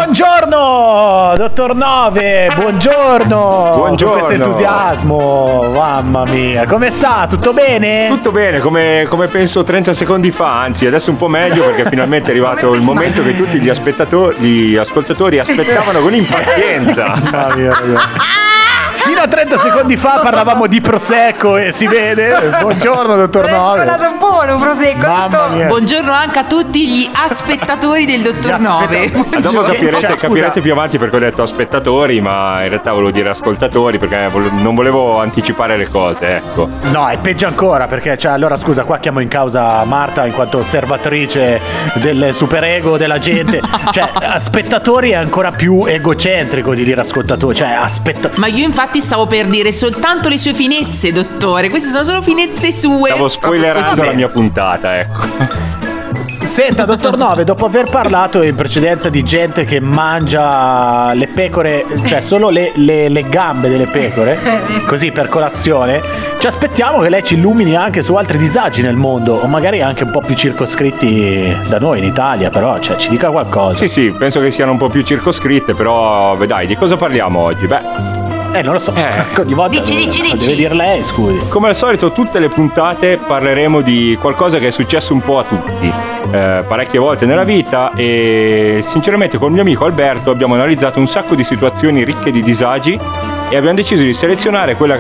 Buongiorno, dottor Nove, buongiorno. Buongiorno. Con questo entusiasmo, mamma mia. Come sta? Tutto bene? Tutto bene, come penso 30 secondi fa, anzi adesso un po' meglio perché finalmente è arrivato il momento che tutti gli ascoltatori aspettavano con impazienza. Mamma mia, ragazzi. Fino a 30 secondi fa parlavamo di prosecco e si vede. Buongiorno, dottor Nove. È un po' un prosecco. Mamma mia. Buongiorno anche a tutti gli aspettatori del dottor Nove. Dopo capirete scusa. più avanti perché ho detto aspettatori, ma in realtà volevo dire ascoltatori perché non volevo anticipare le cose, ecco. No, è peggio ancora perché, allora scusa, qua chiamo in causa Marta in quanto osservatrice del superego della gente. Spettatori è ancora più egocentrico di dire ascoltatori. Ma io infatti stavo per dire soltanto le sue finezze, dottore. Queste sono solo finezze sue. Stavo spoilerando la mia puntata, ecco. Senta, dottor Nove, dopo aver parlato in precedenza di gente che mangia le pecore, solo le gambe delle pecore, così per colazione, ci aspettiamo che lei ci illumini anche su altri disagi nel mondo, o magari anche un po' più circoscritti da noi in Italia, però ci dica qualcosa. Sì, penso che siano un po' più circoscritte, però dai, di cosa parliamo oggi? Non lo so. Ogni volta Dici. deve dire lei, scusi. Come al solito tutte le puntate parleremo di qualcosa che è successo un po' a tutti, parecchie volte nella vita, e sinceramente col mio amico Alberto abbiamo analizzato un sacco di situazioni ricche di disagi e abbiamo deciso di selezionare quella che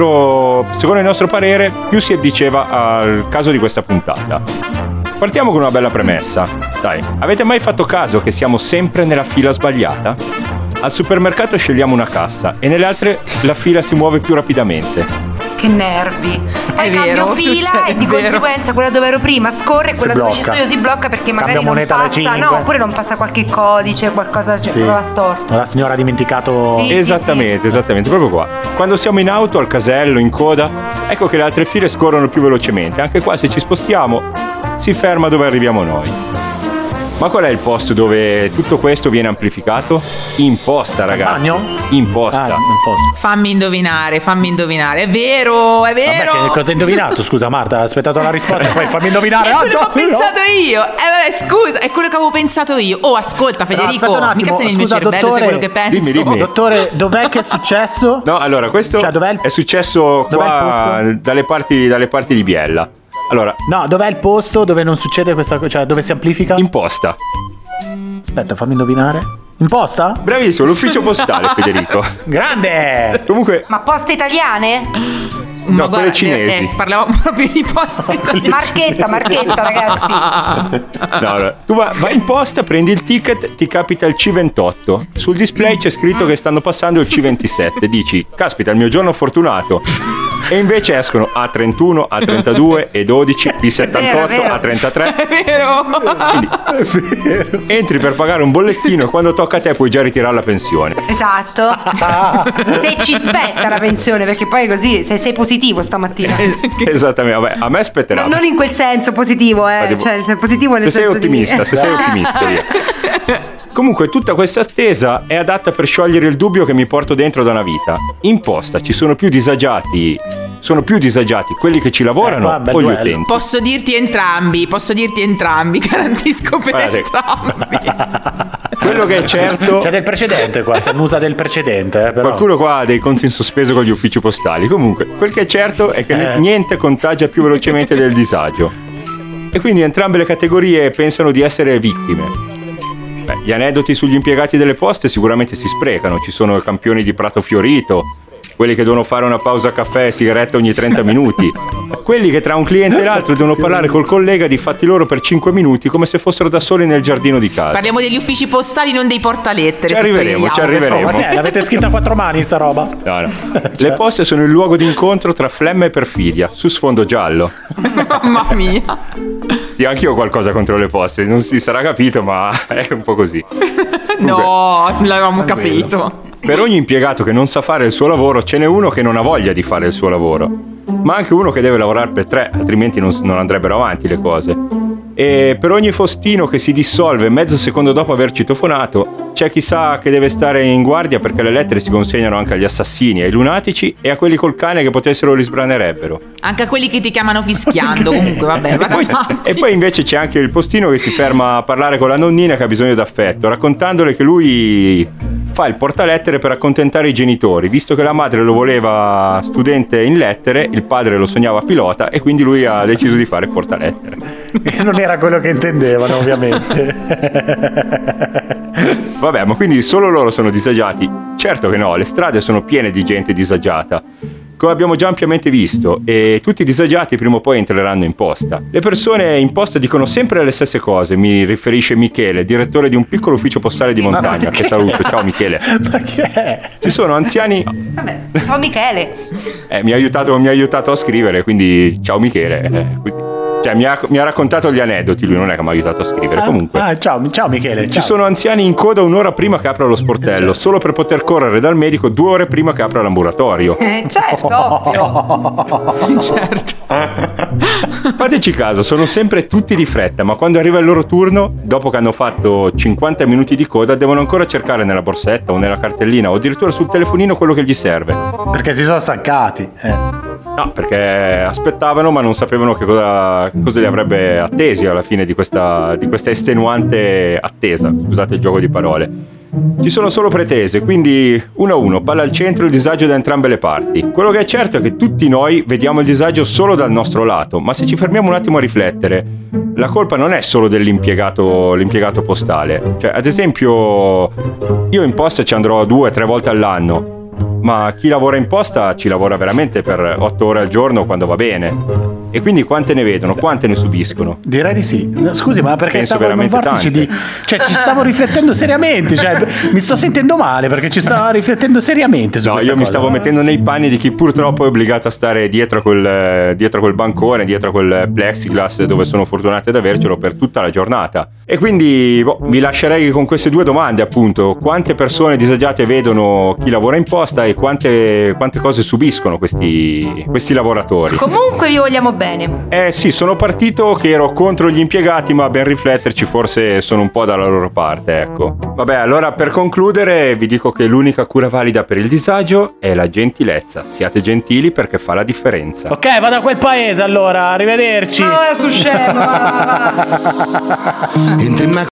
secondo il nostro parere più si addiceva al caso di questa puntata. Partiamo con una bella premessa. Dai, avete mai fatto caso che siamo sempre nella fila sbagliata? Al supermercato scegliamo una cassa e nelle altre la fila si muove più rapidamente. Che nervi. Poi vero, cambio fila succede, e di è vero. conseguenza quella dove ero prima scorre, quella dove ci blocca. sto io si blocca perché magari Cambia non moneta alle passa. 5. No, oppure non passa qualche codice, qualcosa va storto. La signora ha dimenticato. Sì. Esattamente, proprio qua. Quando siamo in auto, al casello, in coda, ecco che le altre file scorrono più velocemente. Anche qua se ci spostiamo si ferma dove arriviamo noi. Ma qual è il posto dove tutto questo viene amplificato? In posta, ragazzi. Bagno? In posta. Non posso. Fammi indovinare. È vero. Vabbè, che cosa hai indovinato? Scusa Marta, ha aspettato la risposta, poi fammi indovinare. È quello che ho pensato io. Scusa, è quello che avevo pensato io. Oh, ascolta Federico, aspetta un attimo, mica sei nel mio scusa, cervello, dottore, sai quello che penso. Dimmi. Dottore, dov'è che è successo? No, allora, questo è successo dov'è qua dalle parti di Biella. Allora, No, dov'è il posto dove non succede questa cosa? Dove si amplifica? in posta. Aspetta, fammi indovinare. In posta? Bravissimo, l'ufficio postale, Federico. Grande! Comunque, Ma poste italiane? no, quelle cinesi. Parlavamo proprio di poste. Marchetta, ragazzi. No, allora, tu vai in posta, prendi il ticket, ti capita il C28. Sul display c'è scritto che stanno passando il C27. Dici, caspita, il mio giorno fortunato. E invece escono A31, A32, E12, P78, vero. A33. È vero. Quindi, entri per pagare un bollettino e quando tocca a te puoi già ritirare la pensione. Esatto. Se ci spetta la pensione, perché poi così sei positivo stamattina. Esattamente, vabbè, a me spetterà. Non in quel senso positivo, cioè positivo nel Se sei senso ottimista, di... se sei ottimista via. Comunque tutta questa attesa è adatta per sciogliere il dubbio che mi porto dentro da una vita. In posta ci sono più disagiati quelli che ci lavorano qua, bel o gli duello. utenti. Posso dirti entrambi, garantisco per Guarda, entrambi. quello che è certo, C'è del precedente qua, si annusa del precedente, però. qualcuno qua ha dei conti in sospeso con gli uffici postali. Comunque, quel che è certo è che niente contagia più velocemente del disagio. E quindi entrambe le categorie pensano di essere vittime. Gli aneddoti sugli impiegati delle poste sicuramente si sprecano. Ci sono i campioni di Prato Fiorito, quelli che devono fare una pausa caffè e sigaretta ogni 30 minuti, quelli che tra un cliente e l'altro devono parlare col collega di fatti loro per 5 minuti come se fossero da soli nel giardino di casa. Parliamo degli uffici postali, non dei portalettere. Ci arriveremo. L'avete scritta a 4 mani sta roba? No. Le poste sono il luogo d'incontro tra flemma e perfidia, su sfondo giallo. Mamma mia. Sì, anch'io ho qualcosa contro le poste, non si sarà capito, ma è un po' così. No, l'avevamo capito. Per ogni impiegato che non sa fare il suo lavoro, ce n'è uno che non ha voglia di fare il suo lavoro, ma anche uno che deve lavorare per 3, altrimenti non andrebbero avanti le cose. E per ogni Faustino che si dissolve mezzo secondo dopo aver citofonato, c'è chissà che deve stare in guardia, perché le lettere si consegnano anche agli assassini, ai lunatici e a quelli col cane che potessero li sbranerebbero. Anche a quelli che ti chiamano fischiando. Comunque vabbè, vada avanti. E poi invece c'è anche il postino che si ferma a parlare con la nonnina che ha bisogno d'affetto, raccontandole che lui fa il portalettere per accontentare i genitori, visto che la madre lo voleva studente in lettere, il padre lo sognava pilota e quindi lui ha deciso di fare il portalettere. Non era quello che intendevano, ovviamente. Vabbè, ma quindi solo loro sono disagiati? Certo che no, le strade sono piene di gente disagiata, come abbiamo già ampiamente visto, e tutti i disagiati prima o poi entreranno in posta. Le persone in posta dicono sempre le stesse cose, mi riferisce Michele, direttore di un piccolo ufficio postale di montagna, che saluto. Ciao Michele. Ma che è? Ci sono anziani... Vabbè, ciao Michele. Mi ha aiutato a scrivere, quindi ciao Michele. Cioè mi ha raccontato gli aneddoti, lui non è che mi ha aiutato a scrivere. Comunque ciao Michele, ciao. Ci sono anziani in coda un'ora prima che apra lo sportello, solo per poter correre dal medico 2 ore prima che apra l'ambulatorio. Certo, ovvio. Certo. Fateci caso, sono sempre tutti di fretta, ma quando arriva il loro turno, dopo che hanno fatto 50 minuti di coda, devono ancora cercare nella borsetta o nella cartellina o addirittura sul telefonino quello che gli serve. Perché si sono staccati. No, perché aspettavano ma non sapevano che cosa li avrebbe attesi alla fine di questa estenuante attesa. Scusate il gioco di parole. Ci sono solo pretese, quindi 1-1, palla al centro, il disagio da entrambe le parti. Quello che è certo è che tutti noi vediamo il disagio solo dal nostro lato, ma se ci fermiamo un attimo a riflettere, la colpa non è solo dell'impiegato postale. Cioè, ad esempio, io in posta ci andrò 2-3 volte all'anno, ma chi lavora in posta ci lavora veramente per 8 ore al giorno quando va bene. E quindi quante ne vedono, quante ne subiscono? Direi di sì. Scusi, ma perché Penso stavo in un veramente vortice tante. cioè ci stavo riflettendo seriamente, cioè mi sto sentendo male perché ci stavo riflettendo seriamente su No, questa io mi cosa. stavo mettendo nei panni di chi purtroppo è obbligato a stare dietro a quel bancone, dietro a quel plexiglass, dove sono fortunato ad avercelo per tutta la giornata. E quindi vi lascerei con queste 2 domande, appunto: quante persone disagiate vedono chi lavora in posta e quante cose subiscono questi lavoratori. Comunque vi vogliamo bene. Sì, sono partito che ero contro gli impiegati, ma a ben rifletterci forse sono un po' dalla loro parte, ecco. Vabbè, allora per concludere vi dico che l'unica cura valida per il disagio è la gentilezza. Siate gentili perché fa la differenza. Ok, vado a quel paese allora, arrivederci. Ma su scemo. Entri in